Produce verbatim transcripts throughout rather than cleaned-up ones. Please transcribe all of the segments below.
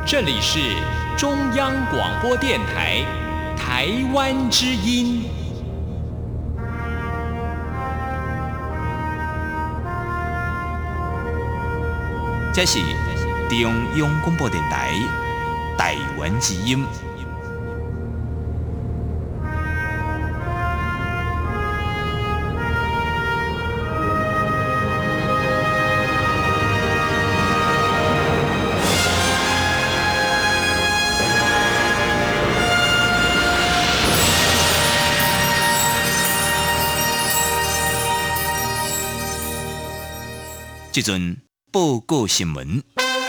这里是中央广播电台台湾之音。 这是中央广播电台台湾之音。这阵报告新闻。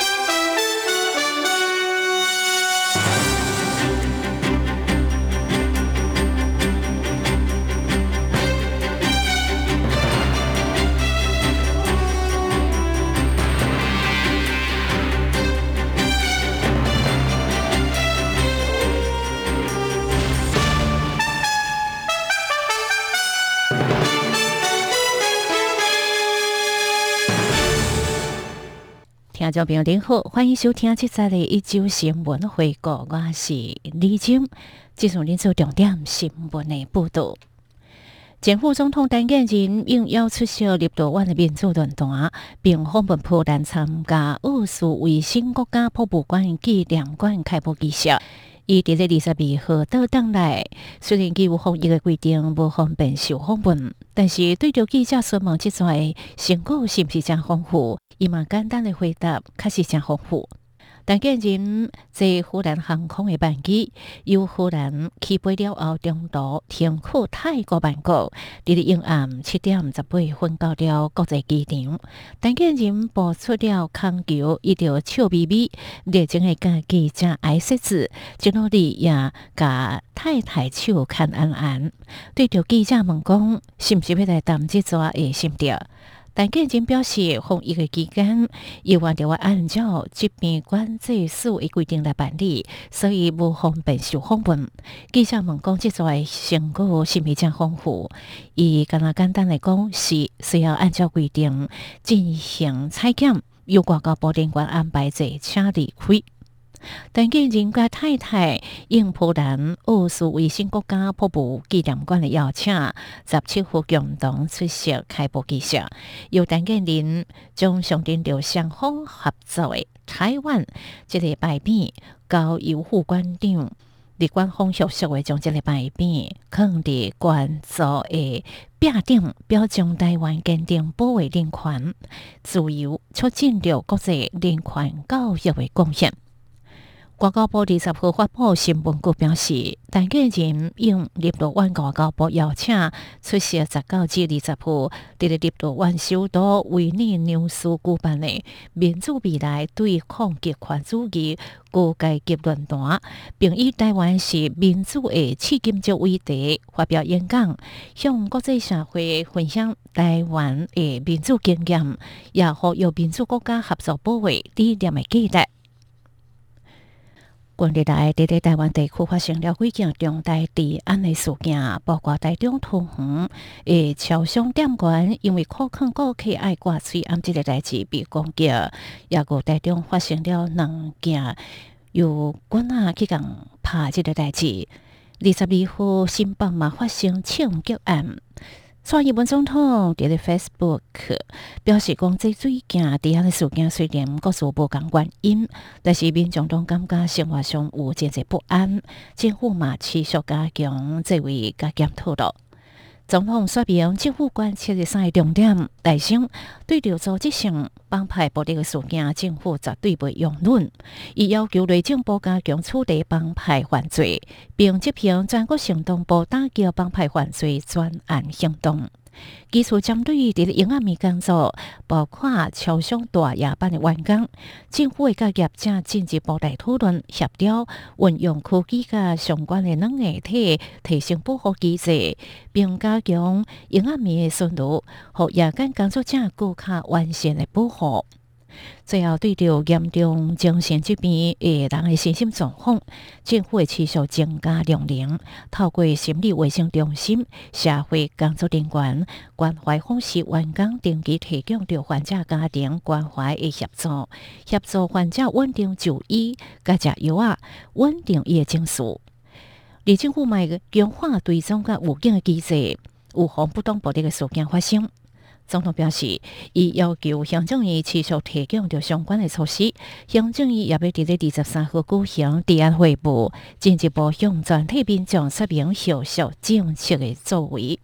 听众朋友您好，欢迎收听这次的一周新闻回顾，我是李晶。接受您做重点新闻的报道。前副总统陈建仁应邀出席立陶宛的民主论坛，并访问波兰参加俄苏卫星国家博物馆纪念馆开幕仪式。伊伫咧二十二號到登來，雖然佢有防疫嘅規定無方便受訪問，但是對着記者詢問即陣成果是毋是真豐富，伊嘛簡單嘅回答，確實真豐富。陳建仁坐荷蘭航空嘅班機，由荷蘭起飛了後，中途停靠泰國曼谷，伫咧夜暗七點十八分到了國際機場。陳建仁步出了空橋，伊就笑眯眯，熱情嘅甲記者挨設置，一路裡也甲太太手牽安安。對着記者問講，是毋是要來談即撮嘅心得？陳建仁表示，防疫嘅期間，要按照按照疾病管制署嘅規定來辦理，所以無方便受訪問。記者問講，即撮成果是毋是真豐富？伊敢若簡單來講，是需要按照規定進行採檢，由外交部人員安排坐車離開。陳建仁甲太太應波蘭俄蘇衛星國家博物紀念館的邀請，十七號共同出席開幕儀式。由陳建仁將上頂着雙方合作的台灣這個牌匾交由副館長，立館方熟熟的將這個牌匾放佇館座的壁頂，表彰台灣堅定保衛人權、自由、促進着國際人權教育的貢獻。外交部二十號發布新聞稿表示，陳建仁應立陶宛外交部邀請出席十九至二十號佇咧立陶宛首都維爾紐斯舉辦的民主未來對抗極權主義高階級論壇，並以台灣是民主的試金石為題發表演講，向國際社會分享台灣的民主經驗，也互由民主國家合作保衛理念的記錄。近日來，佇咧台灣地區發生了幾件重大治安的事件，包括台中桃園的超商店員因為靠近顧客愛掛喙暗這個代誌被攻擊，也有台中發生了兩件由軍仔去共拍這個代誌。二十二號新北嘛發生槍擊案。蔡英文總統喺 Facebook 表示講，這最近啲安嘅事件雖然各自無共原因，但是民眾都感覺生活上有真濟不安，政府嘛持續加強這位加檢討咯。總統說明政府關切嘅三個重點，第三，對着組織性幫派暴力嘅事件，政府絕對袂容忍。伊要求內政部加強處理幫派犯罪，並執行全國行動部打擊幫派犯罪專案行動。基礎針對佇咧營業面工作，包括超商大夜班的員工，政府會甲業者進一步來討論協調，運用科技甲相關的軟硬體提升保護機制，並加強營業面的順路，互夜間工作者更加完善的保護。 最后对着严重精神疾病的人的身心状况，政府会持续增加量能，透过心理卫生中心、社会工作人员关怀方式，员工定期提供着患者家庭关怀的协助，协助患者稳定就医，甲食药啊，稳定伊的情绪。而政府嘛强化追踪甲预警的机制，预防不当暴力的事件发生。总统表示，伊要求行政院持续提供着相关的措施。行政院也要伫咧二十三号举行治安会议，进一步向全体民众说明后续政策的作为。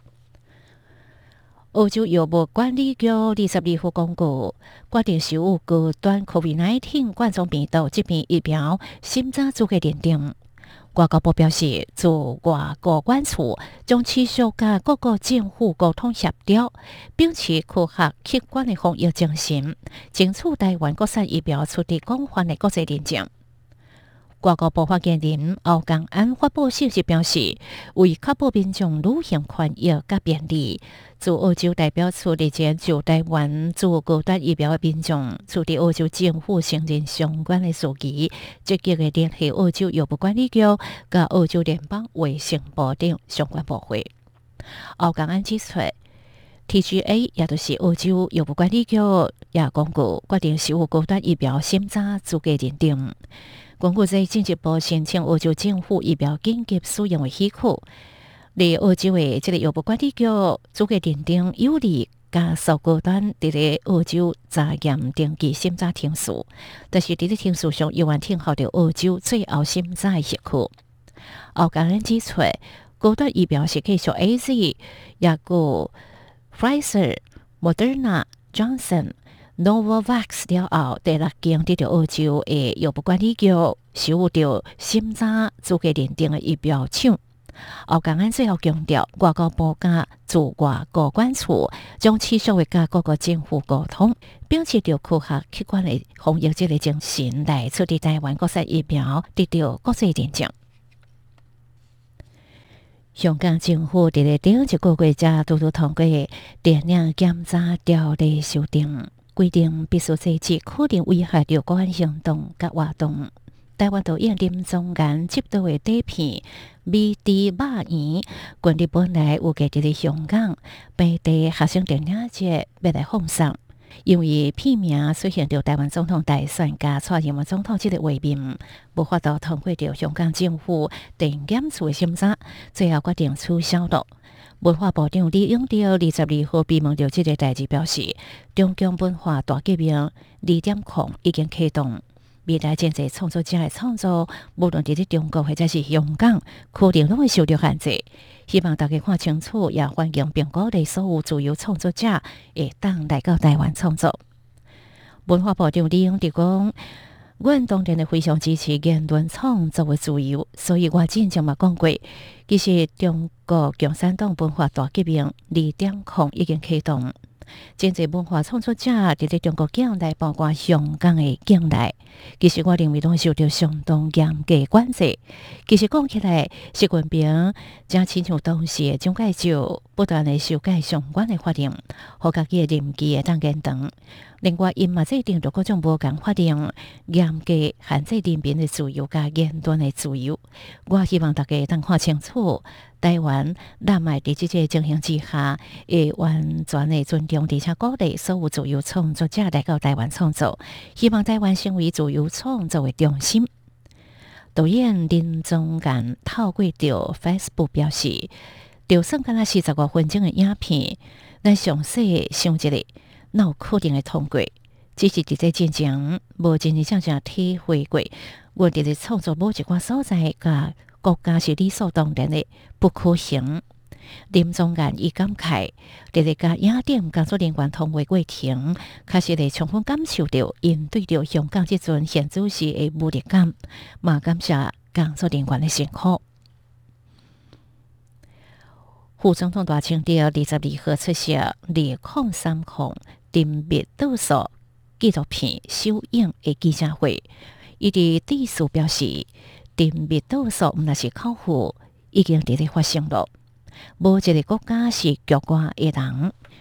澳洲药物管理局二十二号公告，决定收有高端 COVID 十九 冠状病毒疾病疫苗审查资格认定。外交部表示，自外交管处将持续甲各个政府沟通协调，秉持科学客观的防疫精神，争取台湾国产疫苗取得广泛的国际认证。外交部发言人欧江安发布信息表示，为确保民众旅行权益甲便利，自澳洲代表处日前就台湾自高端疫苗的民众取得澳洲政府承认相关的事宜，积极的联系澳洲药物管理局甲澳洲联邦卫生部等相关部会。欧江安指出， T G A 也就是澳洲药物管理局也公告决定收有高端疫苗审查资格认定。公告在进一步申请澳洲政府疫苗紧急使用的许可。而澳洲的这个药物管理局资格认定有利加速高端伫咧澳洲查验登记审查程序，但是伫咧程序上永远听候着澳洲最后审查的许可。欧江安指出，高端疫苗是继续 A Z、也个 Pfizer、Moderna、Johnson、Novavax 了后，第六间得到澳洲的药物管理局收有着审查资格认定的疫苗厂。欧江安最后强调，外交部甲驻外交管处将持续的甲各个政府沟通，秉持着科学客观的防疫这个精神来处理台湾国产疫苗得到国际认证。香港政府伫咧顶一个月才拄拄通过电影检查条例修订，规定必须制止可能危害着国安行动甲活动。台湾导演林宗元执导的底片《美猪肉圆》，近日本来有计伫咧香港本地学生电影节要来放送，因为片名出现着台湾总统大选加蔡英文总统这个画面，无法度通过着香港政府电检处的审查，最后决定取消了。文化部长李永得二十二号被问到这个代志，表示中共文化大革命二点零已经启动。未来真侪创作者的创作，无论伫咧中国或者是香港，可能拢会受到限制。希望大家看清楚，也欢迎并鼓励所有自由创作者会当来到台湾创作。文化部长李永得讲，阮当然会非常支持言论创作的自由，所以我之前嘛讲过，其实中国共产党文化大革命二点零已经启动。真侪文化创作者伫咧中国境内，包括香港的境内，其实我认为拢受到相当严格管制。其实讲起来，习近平正亲像当时的蒋介石，不断的修改相关的法令，互家己的任期会当延长。另外，因嘛制定着各种无共法令，严格限制人民的自由甲言论的自由。我希望大家当看清楚，台湾咱嘛伫即个情形之下，会完全的尊重而且鼓励所有自由创作者来到台湾创作，希望台湾成为自由创作的中心。导演林宗元透过着 Facebook 表示，就算敢若四十五分钟的影片，咱详细想一下，哪有可能会通过？只是伫这进前无真真正正体会过，我伫咧创作某一寡所在，甲国家是理所当然的，不可行。林宗元伊感慨，伫咧甲影展工作人员通话过程，确实会充分感受到因对着香港即阵现主时的无力感，嘛感谢工作人员的辛苦。副总统大清德二十二号出席二零三零沉默倒数纪录片首映的记者会，伊伫致辞表示，沉默倒数毋若是口号，已经伫咧发生了。无一个国家是局外的人。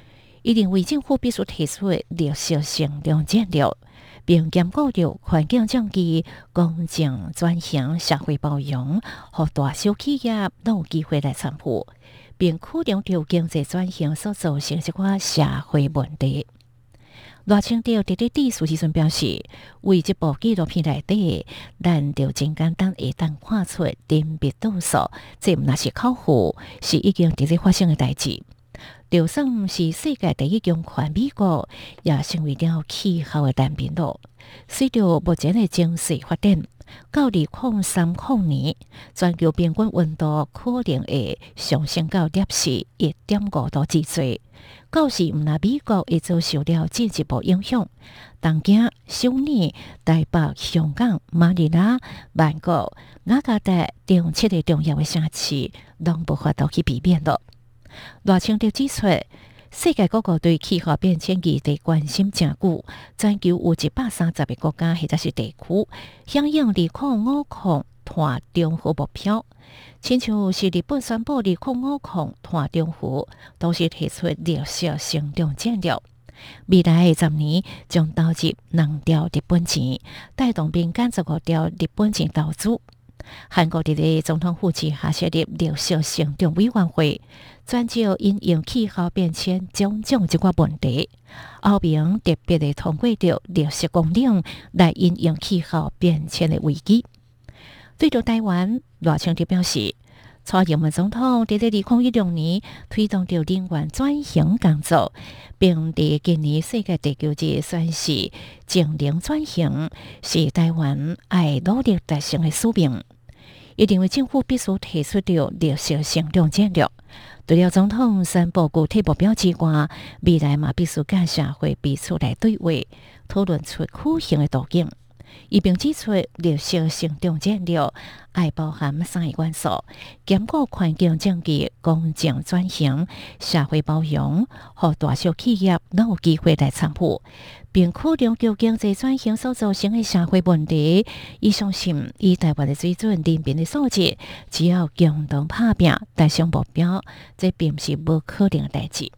一定为政府必须提出绿色行动战略，并兼顾着环境降级、公正转型、社会包容，和大小企业都有机会来参与，并考量着经济转型所造成一寡社会问题。赖清德伫咧致辞时阵表示，为这部纪录片内底，咱就真简单会当看出人密度数，这毋那是口号，是已经伫咧发生的代志。就算是世界第一强权美国，也成为了气候的难民咯。随着目前的经济发展，到二零三零年，全球平均温度可能会上升到摄氏一点五度之多。到时毋那美国会遭受了进一步影响，东京、首尔、台北、香港、马尼拉、曼谷、雅加达等七个重要的城市，拢无法度去避免咯。赖清德指出，世界各国对气候变迁议题关心真久，全球有一百三十个国家或者是地区响应二零五零碳中和目标。亲像是日本宣布二零五零碳中和，同时提出绿色行动战略。未来十年将投入两兆日本钱，带动并减十五兆日本钱投资。韩国伫咧总统府之下设立绿色行动委员会，专就因应气候变迁种种一寡问题。后面特别的通过着绿色纲领来因应气候变迁的危机。对着台湾，赖清德表示，蔡英文总统伫咧二零一六年推动着能源转型工作，并伫今年世界地球日宣示净零转型是台湾爱努力达成的使命。一定为政府必须提出着绿色行动战略。除了总统宣布具体目标之外，未来嘛必须甲社会彼此来对话，讨论出可行的途径。伊并指出，绿色行动战略爱包含三个元素：兼顾环境降级、公正转型、社会包容，和大小企业都有机会来参与，并考量到经济转型所造成的社会问题。伊相信，以台湾的水准、人民的素质，只要共同打拼、达成目标，这并不是无可能的代志。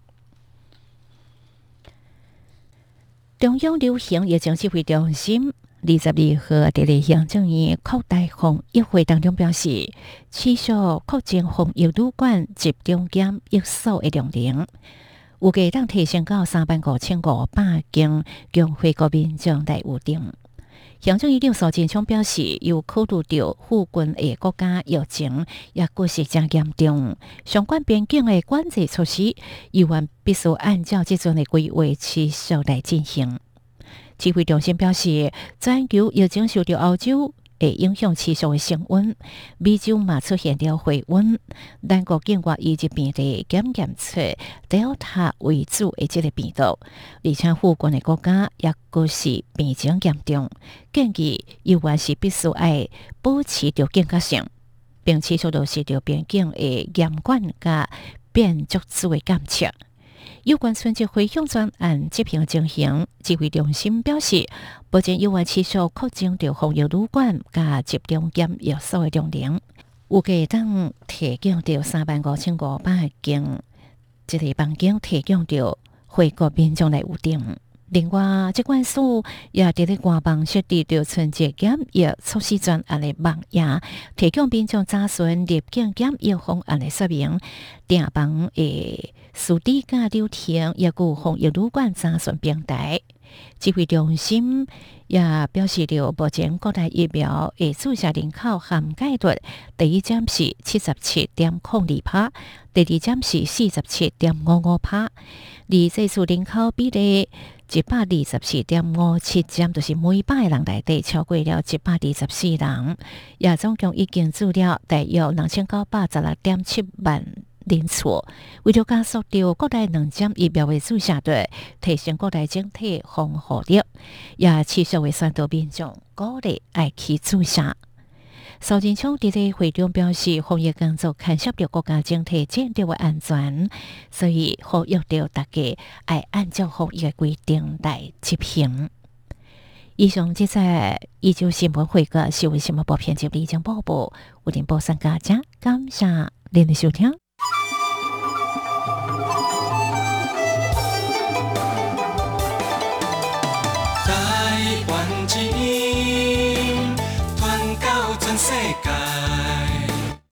中央流行疫情指挥中心二十二號伫咧行政院擴大防疫會當中表示，持續擴增防疫旅館集中檢疫所的量能，預計當提升到三萬五千五百間，供回國民眾來預定。行政院長蘇貞昌表示，又考慮到附近的國家疫情也確實真嚴重，相關邊境的管制措施，依然必須按照這陣的規劃持續來進行。指揮中心表示，全球疫情受到歐洲的影響持續的升溫，美洲嘛出現了回溫。咱國境外以及病例檢驗出 Delta 為主的這個病毒，而且附近的國家也確實病情嚴重，建議依然是必須愛保持着警覺性，並持續落實着邊境的嚴管甲變足子的監測。有關春節回鄉專案執行進行，指揮中心表示，目前有關持續擴增着防疫旅館甲集中檢疫所的量能，預計當提供着三萬五千五百間，一個房間提供着回國民眾來預定。另外，疾管署也伫咧官網設置着春節檢疫措施專案的網頁，提供民眾查詢入境檢疫方案的說明。訂房的司機甲流程，也有防疫旅館查詢平台。指揮中心也表示了，目前國內疫苗的注射人口涵蓋率，第一站是七十七點零二趴，第二站是四十七點五五趴，而接種人口比例一百二十四點五七站，就是每百人內底超過了一百二十四人，也總共已經注了大約兩千九百十六點七萬人次。為了加速到國內兩針疫苗的注射率，提升國內整體防護力，也持續為宣導民眾鼓勵愛去注射。蘇貞昌伫咧會中表示，防疫工作牽涉到國家整體戰略的安全，所以呼籲到大家愛按照防疫的規定來執行。以上即係依舊新聞會個社會新聞部編輯李正報報，我哋播送大家，感謝您的收聽。